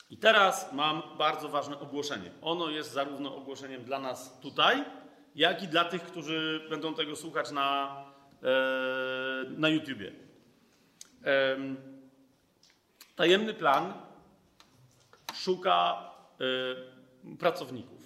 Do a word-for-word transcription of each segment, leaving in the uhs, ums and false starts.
I teraz mam bardzo ważne ogłoszenie. Ono jest zarówno ogłoszeniem dla nas tutaj, jak i dla tych, którzy będą tego słuchać na, e, na YouTubie. E, tajemny plan szuka e, pracowników,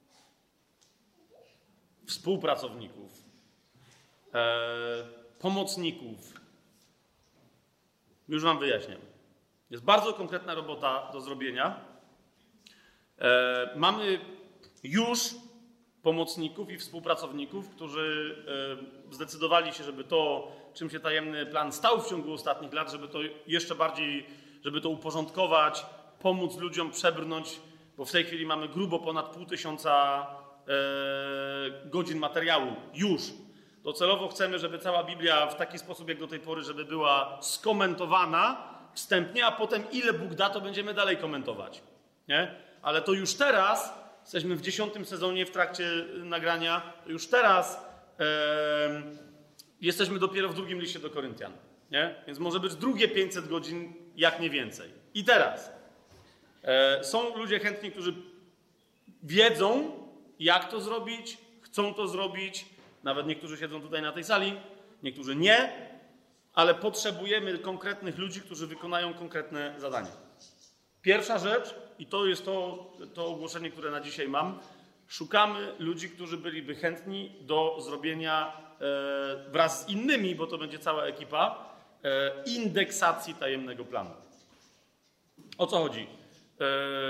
współpracowników, e, pomocników. Już wam wyjaśniam. Jest bardzo konkretna robota do zrobienia. E, mamy już pomocników i współpracowników, którzy e, zdecydowali się, żeby to, czym się tajemny plan stał w ciągu ostatnich lat, żeby to jeszcze bardziej, żeby to uporządkować, pomóc ludziom przebrnąć, bo w tej chwili mamy grubo ponad pół tysiąca e, godzin materiału już. Docelowo chcemy, żeby cała Biblia w taki sposób jak do tej pory, żeby była skomentowana wstępnie, a potem ile Bóg da, to będziemy dalej komentować. Nie? Ale to już teraz, jesteśmy w dziesiątym sezonie w trakcie nagrania, to już teraz e, jesteśmy dopiero w drugim liście do Koryntian. Nie? Więc może być drugie pięćset godzin, jak nie więcej. I teraz e, są ludzie chętni, którzy wiedzą, jak to zrobić, chcą to zrobić. Nawet niektórzy siedzą tutaj na tej sali, niektórzy nie, ale potrzebujemy konkretnych ludzi, którzy wykonają konkretne zadania. Pierwsza rzecz, i to jest to, to ogłoszenie, które na dzisiaj mam, szukamy ludzi, którzy byliby chętni do zrobienia e, wraz z innymi, bo to będzie cała ekipa, e, indeksacji tajemnego planu. O co chodzi? E,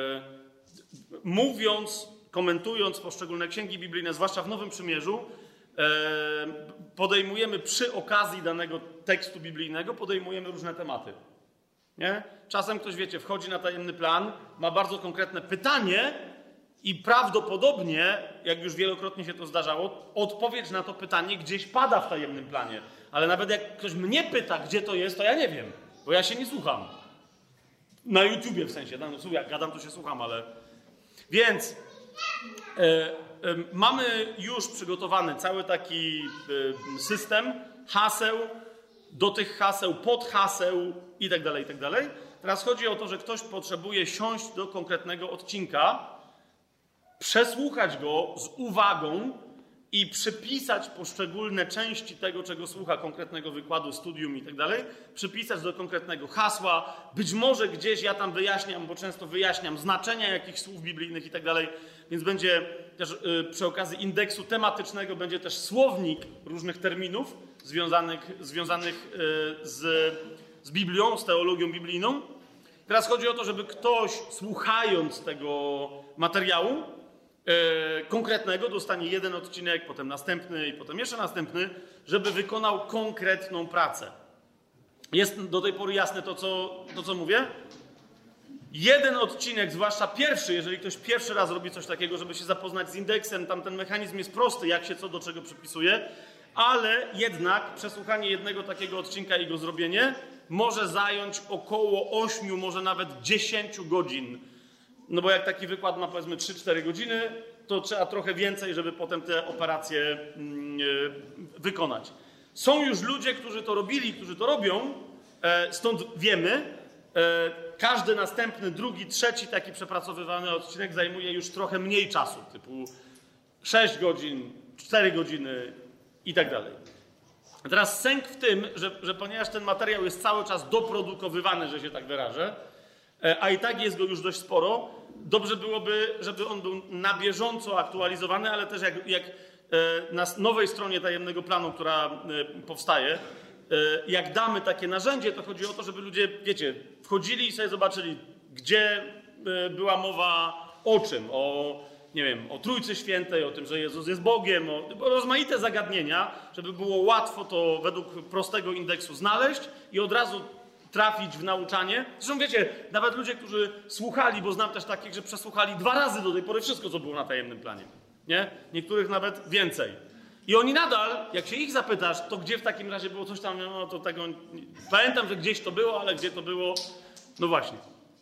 mówiąc, komentując poszczególne księgi biblijne, zwłaszcza w Nowym Przymierzu, podejmujemy przy okazji danego tekstu biblijnego, podejmujemy różne tematy. Nie? Czasem ktoś, wiecie, wchodzi na tajemny plan, ma bardzo konkretne pytanie i prawdopodobnie, jak już wielokrotnie się to zdarzało, odpowiedź na to pytanie gdzieś pada w tajemnym planie. Ale nawet jak ktoś mnie pyta, gdzie to jest, to ja nie wiem, bo ja się nie słucham. Na YouTubie w sensie, no, słuchaj, jak gadam, to się słucham, ale... Więc... E, Mamy już przygotowany cały taki system haseł, do tych haseł, podhaseł i tak dalej, i tak dalej. Teraz chodzi o to, że ktoś potrzebuje siąść do konkretnego odcinka, przesłuchać go z uwagą i przypisać poszczególne części tego, czego słucha, konkretnego wykładu, studium i tak dalej, przypisać do konkretnego hasła. Być może gdzieś ja tam wyjaśniam, bo często wyjaśniam znaczenia jakichś słów biblijnych i tak dalej, więc będzie też yy, przy okazji indeksu tematycznego będzie też słownik różnych terminów związanych, związanych yy, z, z Biblią, z teologią biblijną. Teraz chodzi o to, żeby ktoś, słuchając tego materiału, Yy, konkretnego, dostanie jeden odcinek, potem następny i potem jeszcze następny, żeby wykonał konkretną pracę. Jest do tej pory jasne to, co, to, co mówię? Jeden odcinek, zwłaszcza pierwszy, jeżeli ktoś pierwszy raz robi coś takiego, żeby się zapoznać z indeksem, tam ten mechanizm jest prosty, jak się co do czego przypisuje, ale jednak przesłuchanie jednego takiego odcinka i go zrobienie może zająć około ośmiu, może nawet dziesięciu godzin. No bo jak taki wykład ma powiedzmy trzy cztery godziny, to trzeba trochę więcej, żeby potem te operacje yy, wykonać. Są już ludzie, którzy to robili, którzy to robią, e, stąd wiemy, e, każdy następny, drugi, trzeci taki przepracowywany odcinek zajmuje już trochę mniej czasu, typu sześć godzin, cztery godziny i tak dalej. A teraz sęk w tym, że, że ponieważ ten materiał jest cały czas doprodukowywany, że się tak wyrażę, a i tak jest go już dość sporo, dobrze byłoby, żeby on był na bieżąco aktualizowany, ale też jak, jak na nowej stronie tajemnego planu, która powstaje, jak damy takie narzędzie, to chodzi o to, żeby ludzie, wiecie, wchodzili i sobie zobaczyli, gdzie była mowa o czym, o, nie wiem, o Trójcy Świętej, o tym, że Jezus jest Bogiem, o rozmaite zagadnienia, żeby było łatwo to według prostego indeksu znaleźć i od razu trafić w nauczanie. Zresztą wiecie, nawet ludzie, którzy słuchali, bo znam też takich, że przesłuchali dwa razy do tej pory wszystko, co było na tajemnym planie. Nie? Niektórych nawet więcej. I oni nadal, jak się ich zapytasz, to gdzie w takim razie było coś tam, no to tego... Pamiętam, że gdzieś to było, ale gdzie to było? No właśnie.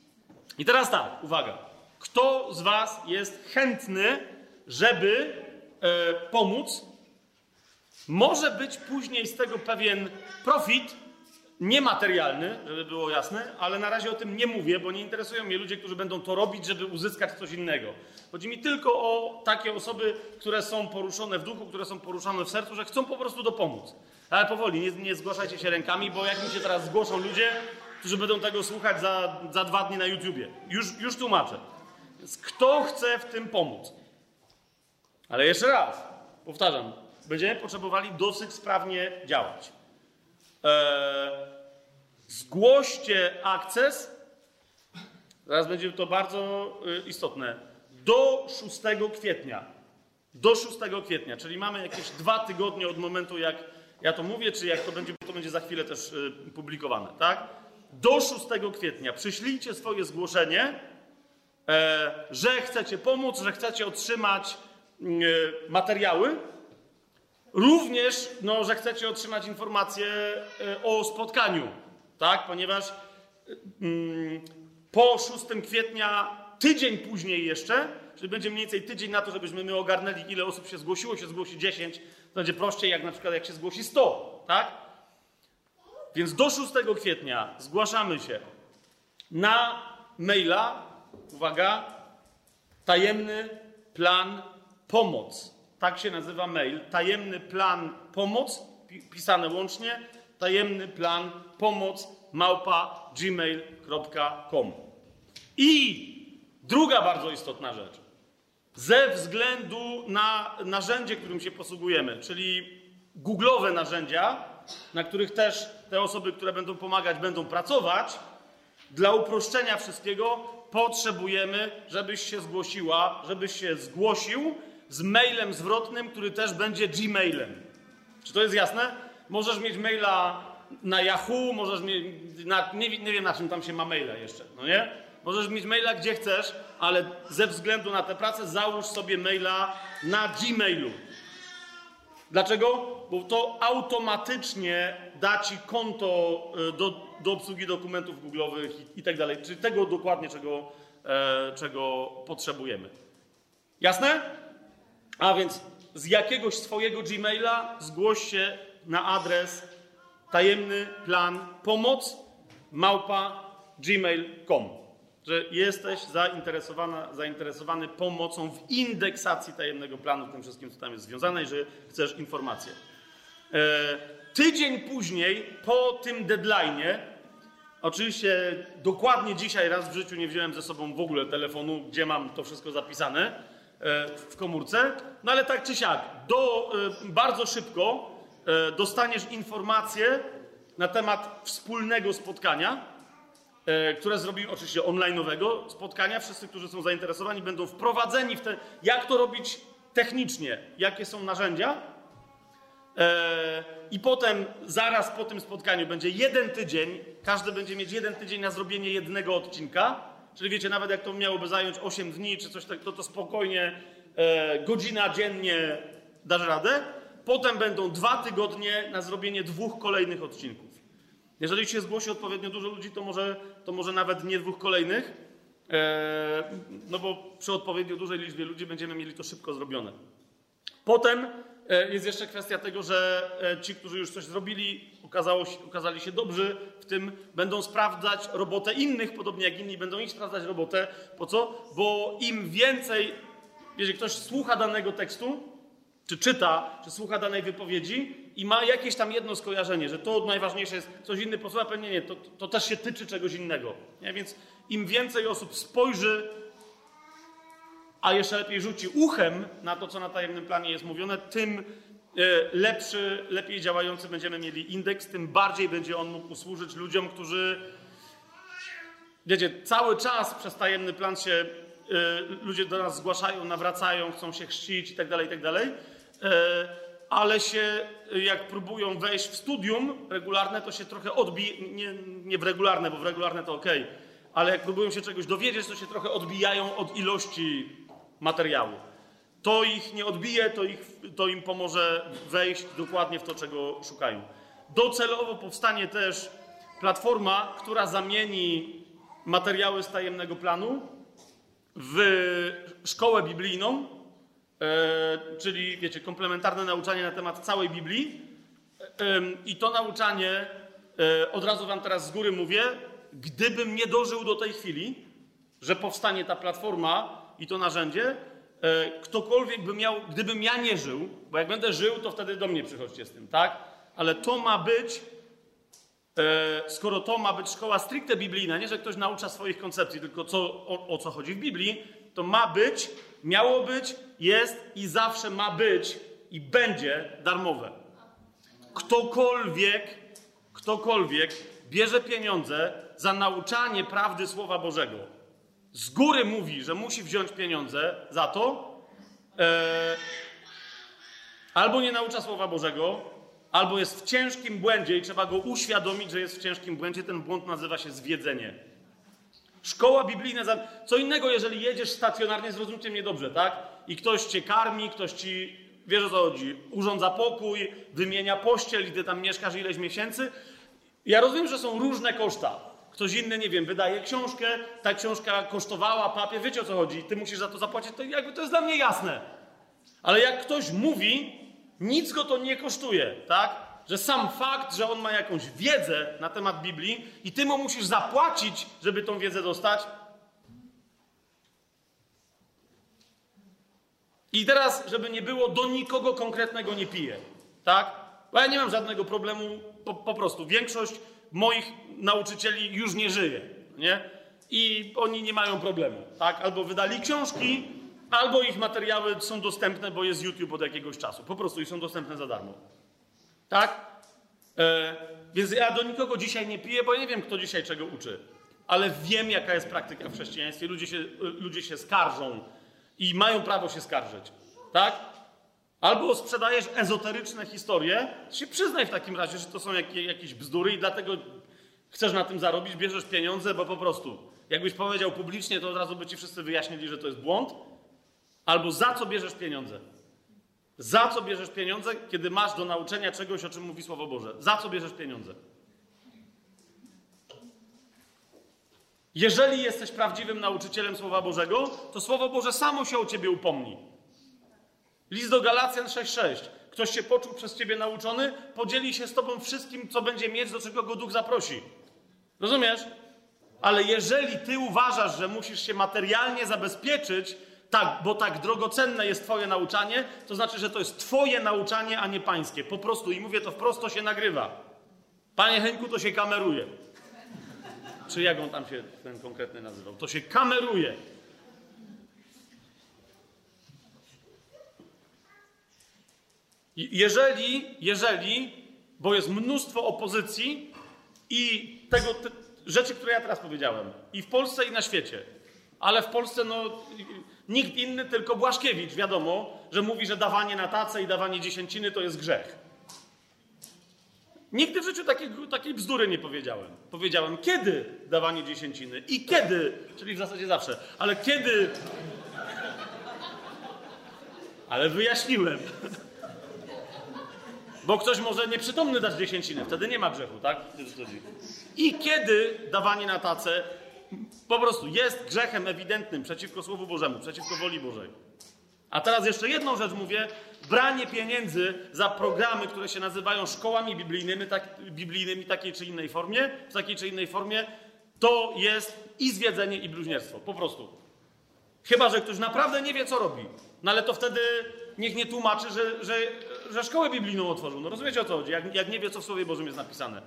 I teraz tak, uwaga. Kto z was jest chętny, żeby e, pomóc? Może być później z tego pewien profit, niematerialny, żeby było jasne, ale na razie o tym nie mówię, bo nie interesują mnie ludzie, którzy będą to robić, żeby uzyskać coś innego. Chodzi mi tylko o takie osoby, które są poruszone w duchu, które są poruszone w sercu, że chcą po prostu dopomóc. Ale powoli, nie, nie zgłaszajcie się rękami, bo jak mi się teraz zgłoszą ludzie, którzy będą tego słuchać za, za dwa dni na YouTubie. Już, już tłumaczę. Więc kto chce w tym pomóc? Ale jeszcze raz, powtarzam, będziemy potrzebowali dosyć sprawnie działać. Eee, zgłoście akces, zaraz będzie to bardzo y, istotne, do szóstego kwietnia. Do szóstego kwietnia, czyli mamy jakieś dwa tygodnie od momentu, jak ja to mówię, czy jak to będzie, to będzie za chwilę też y, publikowane, tak? Do szóstego kwietnia przyślijcie swoje zgłoszenie, e, że chcecie pomóc, że chcecie otrzymać y, materiały, również, no, że chcecie otrzymać informacje y, o spotkaniu, tak? Ponieważ y, y, po szóstego kwietnia, tydzień później jeszcze, czyli będzie mniej więcej tydzień na to, żebyśmy my ogarnęli, ile osób się zgłosiło, się zgłosi dziesięć, to będzie prościej, jak na przykład jak się zgłosi sto, tak? Więc do szóstego kwietnia zgłaszamy się na maila, uwaga, tajemny plan pomoc. Tak się nazywa mail. Tajemny plan pomoc, pisane łącznie, tajemny plan pomoc małpa gmail kropka com. I druga bardzo istotna rzecz. Ze względu na narzędzie, którym się posługujemy, czyli googlowe narzędzia, na których też te osoby, które będą pomagać, będą pracować, dla uproszczenia wszystkiego potrzebujemy, żebyś się zgłosiła, żebyś się zgłosił z mailem zwrotnym, który też będzie Gmailem. Czy to jest jasne? Możesz mieć maila na Yahoo, możesz mieć, na, nie, nie wiem na czym tam się ma maila jeszcze, no nie? Możesz mieć maila gdzie chcesz, ale ze względu na tę pracę załóż sobie maila na Gmailu. Dlaczego? Bo to automatycznie da ci konto do, do obsługi dokumentów googlowych i, i tak dalej. Czyli tego dokładnie, czego, e, czego potrzebujemy. Jasne? A więc z jakiegoś swojego Gmaila zgłoś się na adres tajemny plan pomoc małpa gmail kropka com. Że jesteś zainteresowana, zainteresowany pomocą w indeksacji tajemnego planu, w tym wszystkim, co tam jest związane, i że chcesz informacje. E, tydzień później, po tym deadline'ie, oczywiście dokładnie dzisiaj raz w życiu nie wziąłem ze sobą w ogóle telefonu, gdzie mam to wszystko zapisane e, w komórce, no ale tak czy siak, do, e, bardzo szybko e, dostaniesz informacje na temat wspólnego spotkania, które zrobimy, oczywiście online'owego spotkania. Wszyscy, którzy są zainteresowani, będą wprowadzeni w te, jak to robić technicznie, jakie są narzędzia. I potem, zaraz po tym spotkaniu będzie jeden tydzień, każdy będzie mieć jeden tydzień na zrobienie jednego odcinka, czyli wiecie, nawet jak to miałoby zająć osiem dni, czy coś takiego, to, to spokojnie godzina dziennie dasz radę. Potem będą dwa tygodnie na zrobienie dwóch kolejnych odcinków. Jeżeli się zgłosi odpowiednio dużo ludzi, to może, to może nawet nie dwóch kolejnych, e, no bo przy odpowiednio dużej liczbie ludzi będziemy mieli to szybko zrobione. Potem e, jest jeszcze kwestia tego, że e, ci, którzy już coś zrobili, okazało się, okazali się dobrzy w tym, będą sprawdzać robotę innych, podobnie jak inni będą ich sprawdzać robotę. Po co? Bo im więcej, jeżeli ktoś słucha danego tekstu, czy czyta, czy słucha danej wypowiedzi i ma jakieś tam jedno skojarzenie, że to najważniejsze jest, coś inny posłucha, pewnie nie, to, to też się tyczy czegoś innego. Nie? Więc im więcej osób spojrzy, a jeszcze lepiej rzuci uchem na to, co na tajemnym planie jest mówione, tym lepszy, lepiej działający będziemy mieli indeks, tym bardziej będzie on mógł usłużyć ludziom, którzy, wiecie, cały czas przez tajemny plan się ludzie do nas zgłaszają, nawracają, chcą się chrzcić i tak dalej, i tak dalej, ale się, jak próbują wejść w studium regularne, to się trochę odbija, nie, nie w regularne, bo w regularne to okej, okay, ale jak próbują się czegoś dowiedzieć, to się trochę odbijają od ilości materiału. To ich nie odbije, to, ich, to im pomoże wejść dokładnie w to, czego szukają. Docelowo powstanie też platforma, która zamieni materiały z tajemnego planu w szkołę biblijną, e, czyli, wiecie, komplementarne nauczanie na temat całej Biblii. E, I to nauczanie e, od razu wam teraz z góry mówię, gdybym nie dożył do tej chwili, że powstanie ta platforma i to narzędzie, e, ktokolwiek by miał, gdybym ja nie żył, bo jak będę żył, to wtedy do mnie przychodźcie z tym, tak? Ale to ma być, e, skoro to ma być szkoła stricte biblijna, nie, że ktoś naucza swoich koncepcji, tylko co, o, o co chodzi w Biblii, to ma być, miało być, jest i zawsze ma być i będzie darmowe. Ktokolwiek, ktokolwiek bierze pieniądze za nauczanie prawdy Słowa Bożego, z góry mówi, że musi wziąć pieniądze za to, e, albo nie naucza Słowa Bożego, albo jest w ciężkim błędzie i trzeba go uświadomić, że jest w ciężkim błędzie. Ten błąd nazywa się zwiedzenie. Szkoła biblijna, co innego, jeżeli jedziesz stacjonarnie, zrozumcie mnie dobrze, tak? I ktoś cię karmi, ktoś ci, wiesz o co chodzi, urządza pokój, wymienia pościel i ty tam mieszkasz ileś miesięcy. Ja rozumiem, że są różne koszta. Ktoś inny, nie wiem, wydaje książkę, ta książka kosztowała papier, wiecie o co chodzi, ty musisz za to zapłacić, to jakby to jest dla mnie jasne. Ale jak ktoś mówi, nic go to nie kosztuje, tak? Że sam fakt, że on ma jakąś wiedzę na temat Biblii i ty mu musisz zapłacić, żeby tą wiedzę dostać. I teraz, żeby nie było, do nikogo konkretnego nie piję, tak? Bo ja nie mam żadnego problemu, po, po prostu. Większość moich nauczycieli już nie żyje, nie? I oni nie mają problemu, tak? Albo wydali książki, albo ich materiały są dostępne, bo jest YouTube od jakiegoś czasu. Po prostu i są dostępne za darmo. Tak? E, więc ja do nikogo dzisiaj nie piję, bo ja nie wiem, kto dzisiaj czego uczy. Ale wiem, jaka jest praktyka w chrześcijaństwie. Ludzie się, ludzie się skarżą i mają prawo się skarżyć. Tak? Albo sprzedajesz ezoteryczne historie, to się przyznaj w takim razie, że to są jakieś, jakieś bzdury i dlatego chcesz na tym zarobić, bierzesz pieniądze, bo po prostu jakbyś powiedział publicznie, to od razu by ci wszyscy wyjaśnili, że to jest błąd. Albo za co bierzesz pieniądze? Za co bierzesz pieniądze, kiedy masz do nauczenia czegoś, o czym mówi Słowo Boże? Za co bierzesz pieniądze? Jeżeli jesteś prawdziwym nauczycielem Słowa Bożego, to Słowo Boże samo się o ciebie upomni. List do Galacjan sześć sześć. Ktoś się poczuł przez ciebie nauczony, podzieli się z tobą wszystkim, co będzie mieć, do czego go Duch zaprosi. Rozumiesz? Ale jeżeli ty uważasz, że musisz się materialnie zabezpieczyć, tak, bo tak drogocenne jest twoje nauczanie, to znaczy, że to jest twoje nauczanie, a nie pańskie. Po prostu, i mówię to wprost, to się nagrywa. Panie Henku, to się kameruje. Czy jak on tam się, ten konkretny nazywał? To się kameruje. Jeżeli, jeżeli, bo jest mnóstwo opozycji i tego, te, rzeczy, które ja teraz powiedziałem, i w Polsce, i na świecie, ale w Polsce, no, nikt inny, tylko Błaszkiewicz, wiadomo, że mówi, że dawanie na tacę i dawanie dziesięciny to jest grzech. Nigdy w życiu takiej, takiej bzdury nie powiedziałem. Powiedziałem, kiedy dawanie dziesięciny i kiedy, czyli w zasadzie zawsze, ale kiedy... Ale wyjaśniłem. Bo ktoś może nieprzytomny dać dziesięcinę, wtedy nie ma grzechu, tak? I kiedy dawanie na tacę po prostu jest grzechem ewidentnym przeciwko Słowu Bożemu, przeciwko woli Bożej. A teraz jeszcze jedną rzecz mówię. Branie pieniędzy za programy, które się nazywają szkołami biblijnymi, tak, biblijnymi takiej czy innej formie, w takiej czy innej formie, to jest i zwiedzenie, i bluźnierstwo. Po prostu. Chyba że ktoś naprawdę nie wie, co robi. No ale to wtedy niech nie tłumaczy, że, że, że szkołę biblijną otworzył. No rozumiecie, o co chodzi? Jak, jak nie wie, co w Słowie Bożym jest napisane.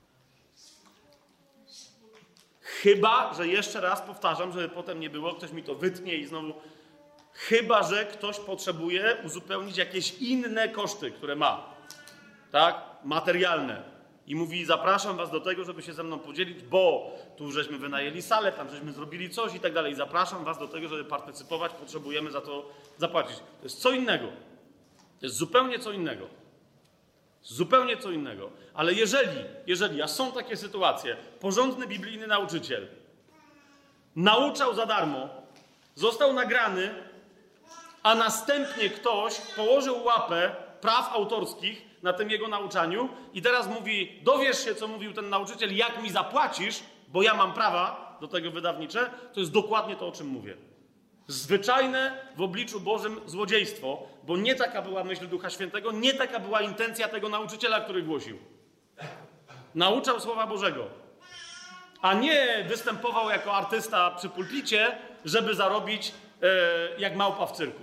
Chyba, że jeszcze raz powtarzam, żeby potem nie było, ktoś mi to wytnie i znowu... Chyba że ktoś potrzebuje uzupełnić jakieś inne koszty, które ma. Tak? Materialne. I mówi, zapraszam was do tego, żeby się ze mną podzielić, bo tu żeśmy wynajęli salę, tam żeśmy zrobili coś i tak dalej. Zapraszam was do tego, żeby partycypować, potrzebujemy za to zapłacić. To jest co innego. To jest zupełnie co innego. Zupełnie co innego. Ale jeżeli, jeżeli, a są takie sytuacje, porządny biblijny nauczyciel nauczał za darmo, został nagrany, a następnie ktoś położył łapę praw autorskich na tym jego nauczaniu i teraz mówi, dowiesz się, co mówił ten nauczyciel, jak mi zapłacisz, bo ja mam prawa do tego wydawnicze, to jest dokładnie to, o czym mówię. Zwyczajne w obliczu Bożym złodziejstwo, bo nie taka była myśl Ducha Świętego, nie taka była intencja tego nauczyciela, który głosił. Nauczał Słowa Bożego. A nie występował jako artysta przy pulpicie, żeby zarobić e, jak małpa w cyrku.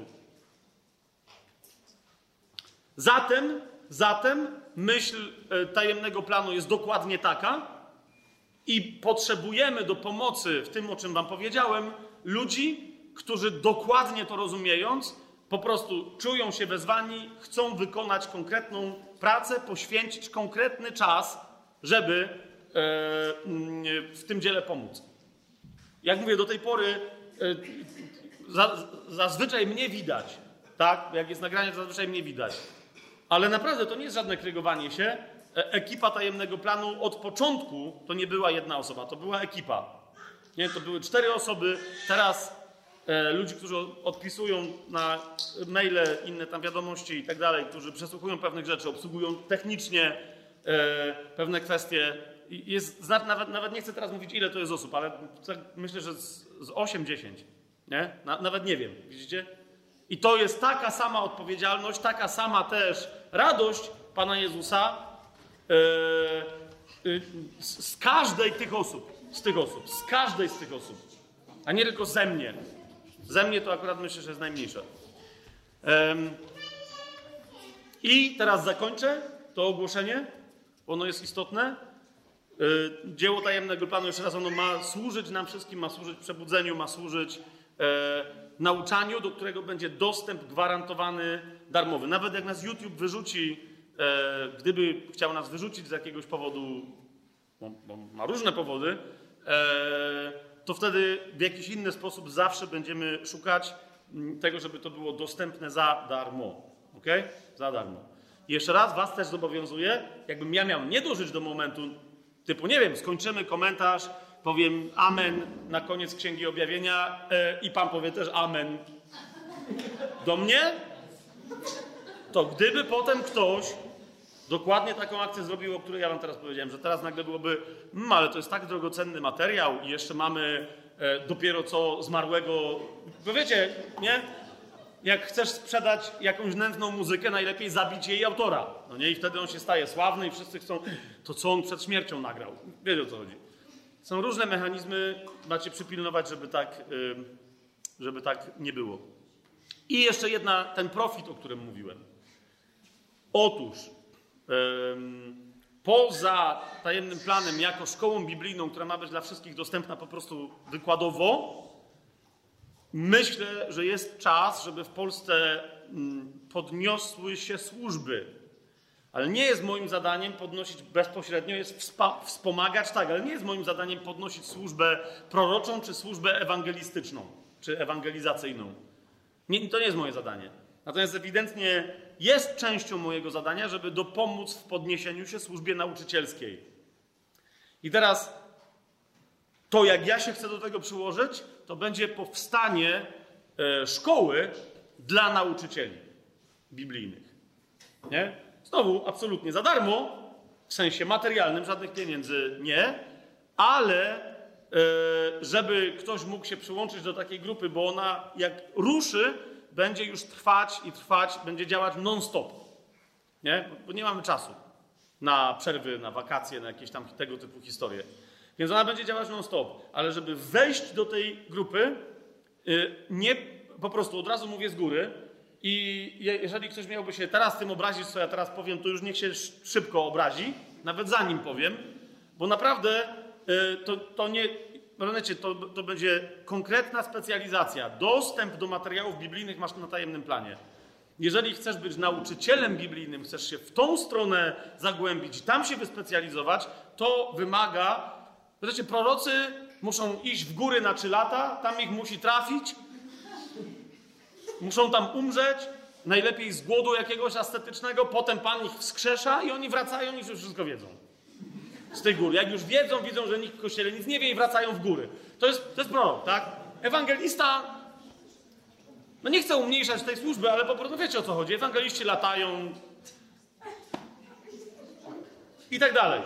Zatem, zatem myśl e, tajemnego planu jest dokładnie taka i potrzebujemy do pomocy w tym, o czym wam powiedziałem, ludzi, którzy dokładnie to rozumiejąc, po prostu czują się wezwani, chcą wykonać konkretną pracę, poświęcić konkretny czas, żeby w tym dziele pomóc. Jak mówię, do tej pory zazwyczaj mnie widać, tak? Jak jest nagranie, to zazwyczaj mnie widać. Ale naprawdę to nie jest żadne krygowanie się. Ekipa tajemnego planu od początku to nie była jedna osoba, to była ekipa. Nie, to były cztery osoby. Teraz e, ludzie, którzy odpisują na maile, inne tam wiadomości i tak dalej, którzy przesłuchują pewnych rzeczy, obsługują technicznie e, pewne kwestie. Jest, nawet, nawet nie chcę teraz mówić, ile to jest osób, ale tak myślę, że z, z osiem dziesięć. Nie? Na, nawet nie wiem, widzicie? I to jest taka sama odpowiedzialność, taka sama też radość Pana Jezusa yy, yy, z, z każdej tych osób, z tych osób, z każdej z tych osób, a nie tylko ze mnie. Ze mnie to akurat myślę, że jest najmniejsze. Yy. I teraz zakończę to ogłoszenie, bo ono jest istotne. Yy, dzieło tajemnego planu, jeszcze raz, ono ma służyć nam wszystkim, ma służyć przebudzeniu, ma służyć yy, nauczaniu, do którego będzie dostęp gwarantowany darmowy. Nawet jak nas YouTube wyrzuci, e, gdyby chciał nas wyrzucić z jakiegoś powodu, bo, bo ma różne powody, e, to wtedy w jakiś inny sposób zawsze będziemy szukać tego, żeby to było dostępne za darmo. Okej? Za darmo. I jeszcze raz was też zobowiązuję, jakbym ja miał nie dożyć do momentu, typu, nie wiem, skończymy komentarz, powiem amen na koniec Księgi Objawienia yy, i Pan powie też amen do mnie, to gdyby potem ktoś dokładnie taką akcję zrobił, o której ja wam teraz powiedziałem, że teraz nagle byłoby, mmm, ale to jest tak drogocenny materiał i jeszcze mamy e, dopiero co zmarłego, bo wiecie, nie? Jak chcesz sprzedać jakąś nędzną muzykę, najlepiej zabić jej autora, no nie? I wtedy on się staje sławny i wszyscy chcą, to co on przed śmiercią nagrał. Wiecie, o co chodzi. Są różne mechanizmy, macie przypilnować, żeby tak, żeby tak nie było. I jeszcze jedna, ten profit, o którym mówiłem. Otóż, poza tajemnym planem, jako szkołą biblijną, która ma być dla wszystkich dostępna po prostu wykładowo, myślę, że jest czas, żeby w Polsce podniosły się służby. Ale nie jest moim zadaniem podnosić bezpośrednio, jest wspomagać, tak, ale nie jest moim zadaniem podnosić służbę proroczą, czy służbę ewangelistyczną, czy ewangelizacyjną. Nie, to nie jest moje zadanie. Natomiast ewidentnie jest częścią mojego zadania, żeby dopomóc w podniesieniu się służbie nauczycielskiej. I teraz to, jak ja się chcę do tego przyłożyć, to będzie powstanie e, szkoły dla nauczycieli biblijnych. Nie? Znowu, absolutnie za darmo, w sensie materialnym, żadnych pieniędzy nie, ale e, żeby ktoś mógł się przyłączyć do takiej grupy, bo ona jak ruszy, będzie już trwać i trwać, będzie działać non-stop. Nie? Bo nie mamy czasu na przerwy, na wakacje, na jakieś tam tego typu historie. Więc ona będzie działać non-stop. Ale żeby wejść do tej grupy, nie, po prostu od razu mówię z góry, i jeżeli ktoś miałby się teraz tym obrazić, co ja teraz powiem, to już niech się szybko obrazi, nawet zanim powiem, bo naprawdę to, to nie... To, to będzie konkretna specjalizacja. Dostęp do materiałów biblijnych masz na tajemnym planie. Jeżeli chcesz być nauczycielem biblijnym, chcesz się w tą stronę zagłębić i tam się wyspecjalizować, to wymaga... Wiecie, prorocy muszą iść w góry na trzy lata, tam ich musi trafić, muszą tam umrzeć, najlepiej z głodu jakiegoś ascetycznego, potem Pan ich wskrzesza i oni wracają i już wszystko wiedzą. Z tej góry. Jak już wiedzą, widzą, że nikt w kościele nic nie wie i wracają w góry. To jest, to jest prorok, tak? Ewangelista, no nie chcę umniejszać tej służby, ale po prostu wiecie, o co chodzi. Ewangeliści latają i tak dalej.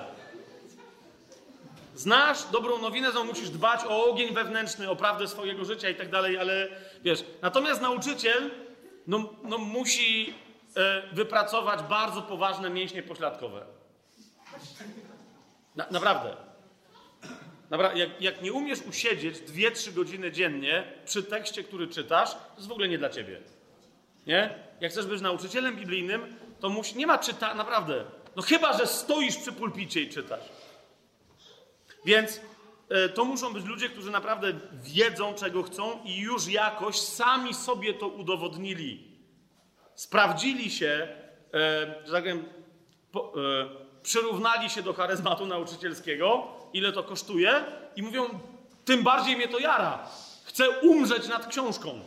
Znasz dobrą nowinę, że musisz dbać o ogień wewnętrzny, o prawdę swojego życia i tak dalej, ale wiesz, natomiast nauczyciel no, no musi e, wypracować bardzo poważne mięśnie pośladkowe. Na, naprawdę. Dobra, jak, jak nie umiesz usiedzieć dwie trzy godziny dziennie przy tekście, który czytasz, to jest w ogóle nie dla ciebie. Nie? Jak chcesz być nauczycielem biblijnym, to musi, nie ma czyta, naprawdę. No chyba, że stoisz przy pulpicie i czytasz. Więc y, to muszą być ludzie, którzy naprawdę wiedzą, czego chcą i już jakoś sami sobie to udowodnili. Sprawdzili się, y, że tak powiem, po, y, przyrównali się do charyzmatu nauczycielskiego, ile to kosztuje i mówią, tym bardziej mnie to jara. Chcę umrzeć nad książką.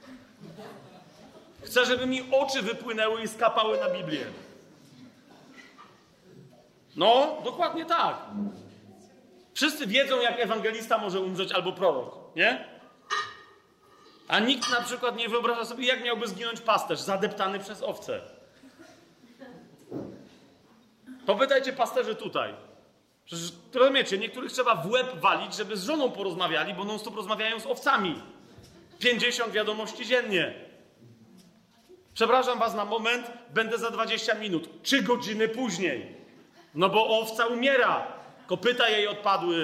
Chcę, żeby mi oczy wypłynęły i skapały na Biblię. No, dokładnie tak. Wszyscy wiedzą, jak ewangelista może umrzeć albo prorok, nie? A nikt na przykład nie wyobraża sobie, jak miałby zginąć pasterz zadeptany przez owce. Popytajcie pasterzy tutaj. Przecież, rozumiecie, niektórych trzeba w łeb walić, żeby z żoną porozmawiali, bo non-stop rozmawiają z owcami. pięćdziesiąt wiadomości dziennie. Przepraszam was na moment, będę za dwadzieścia minut. Trzy godziny później. No bo owca umiera. Kopyta jej odpadły.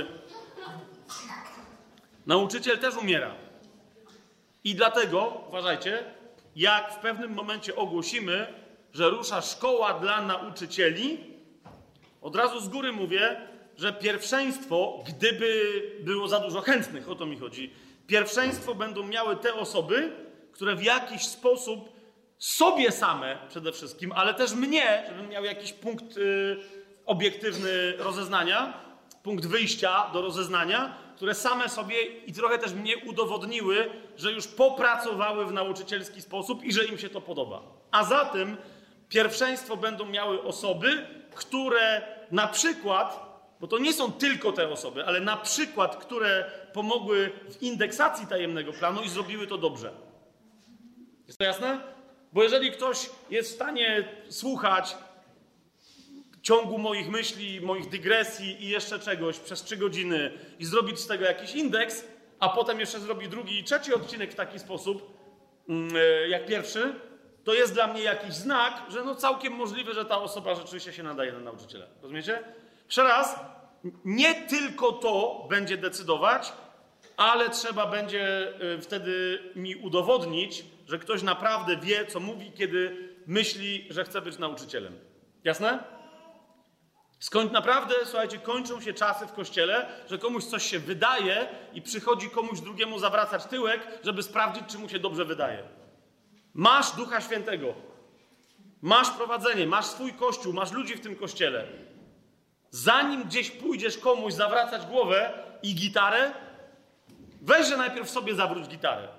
Nauczyciel też umiera. I dlatego, uważajcie, jak w pewnym momencie ogłosimy, że rusza szkoła dla nauczycieli, od razu z góry mówię, że pierwszeństwo, gdyby było za dużo chętnych, o to mi chodzi, pierwszeństwo będą miały te osoby, które w jakiś sposób sobie same przede wszystkim, ale też mnie, żebym miał jakiś punkt y, obiektywny rozeznania, punkt wyjścia do rozeznania, które same sobie i trochę też mnie udowodniły, że już popracowały w nauczycielski sposób i że im się to podoba. A zatem pierwszeństwo będą miały osoby, które na przykład, bo to nie są tylko te osoby, ale na przykład, które pomogły w indeksacji tajemnego planu i zrobiły to dobrze. Jest to jasne? Bo jeżeli ktoś jest w stanie słuchać ciągu moich myśli, moich dygresji i jeszcze czegoś przez trzy godziny i zrobić z tego jakiś indeks, a potem jeszcze zrobi drugi i trzeci odcinek w taki sposób, jak pierwszy, to jest dla mnie jakiś znak, że no całkiem możliwe, że ta osoba rzeczywiście się nadaje na nauczyciela. Rozumiecie? Jeszcze raz, nie tylko to będzie decydować, ale trzeba będzie wtedy mi udowodnić, że ktoś naprawdę wie, co mówi, kiedy myśli, że chce być nauczycielem. Jasne? Skąd naprawdę, słuchajcie, kończą się czasy w Kościele, że komuś coś się wydaje i przychodzi komuś drugiemu zawracać tyłek, żeby sprawdzić, czy mu się dobrze wydaje. Masz Ducha Świętego. Masz prowadzenie, masz swój Kościół, masz ludzi w tym Kościele. Zanim gdzieś pójdziesz komuś zawracać głowę i gitarę, weźże najpierw sobie zawróć gitarę.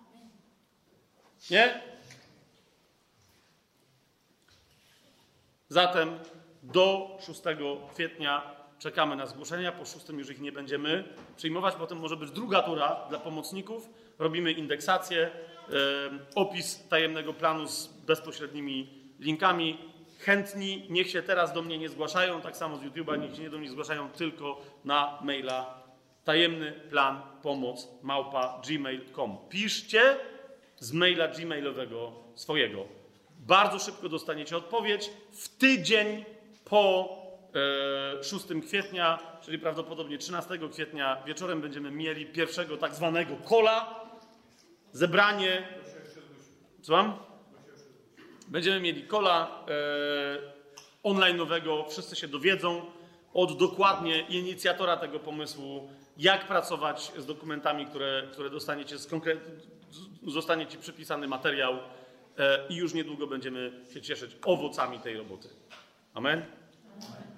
Nie? Zatem do szóstego kwietnia czekamy na zgłoszenia. Po szóstym już ich nie będziemy przyjmować. Potem może być druga tura dla pomocników. Robimy indeksację, yy, opis tajemnego planu z bezpośrednimi linkami. Chętni niech się teraz do mnie nie zgłaszają. Tak samo z YouTube'a niech się nie do mnie zgłaszają, tylko na maila tajemny plan pomoc małpa gmail kropka com. Piszcie z maila gmailowego swojego. Bardzo szybko dostaniecie odpowiedź. W tydzień po e, szóstego kwietnia, czyli prawdopodobnie trzynastego kwietnia wieczorem będziemy mieli pierwszego tak zwanego kola. Zebranie. Słucham? Będziemy mieli kola e, online'owego. Wszyscy się dowiedzą od dokładnie inicjatora tego pomysłu, jak pracować z dokumentami, które, które dostaniecie, z konkret... zostanie ci przypisany materiał e, i już niedługo będziemy się cieszyć owocami tej roboty. Amen?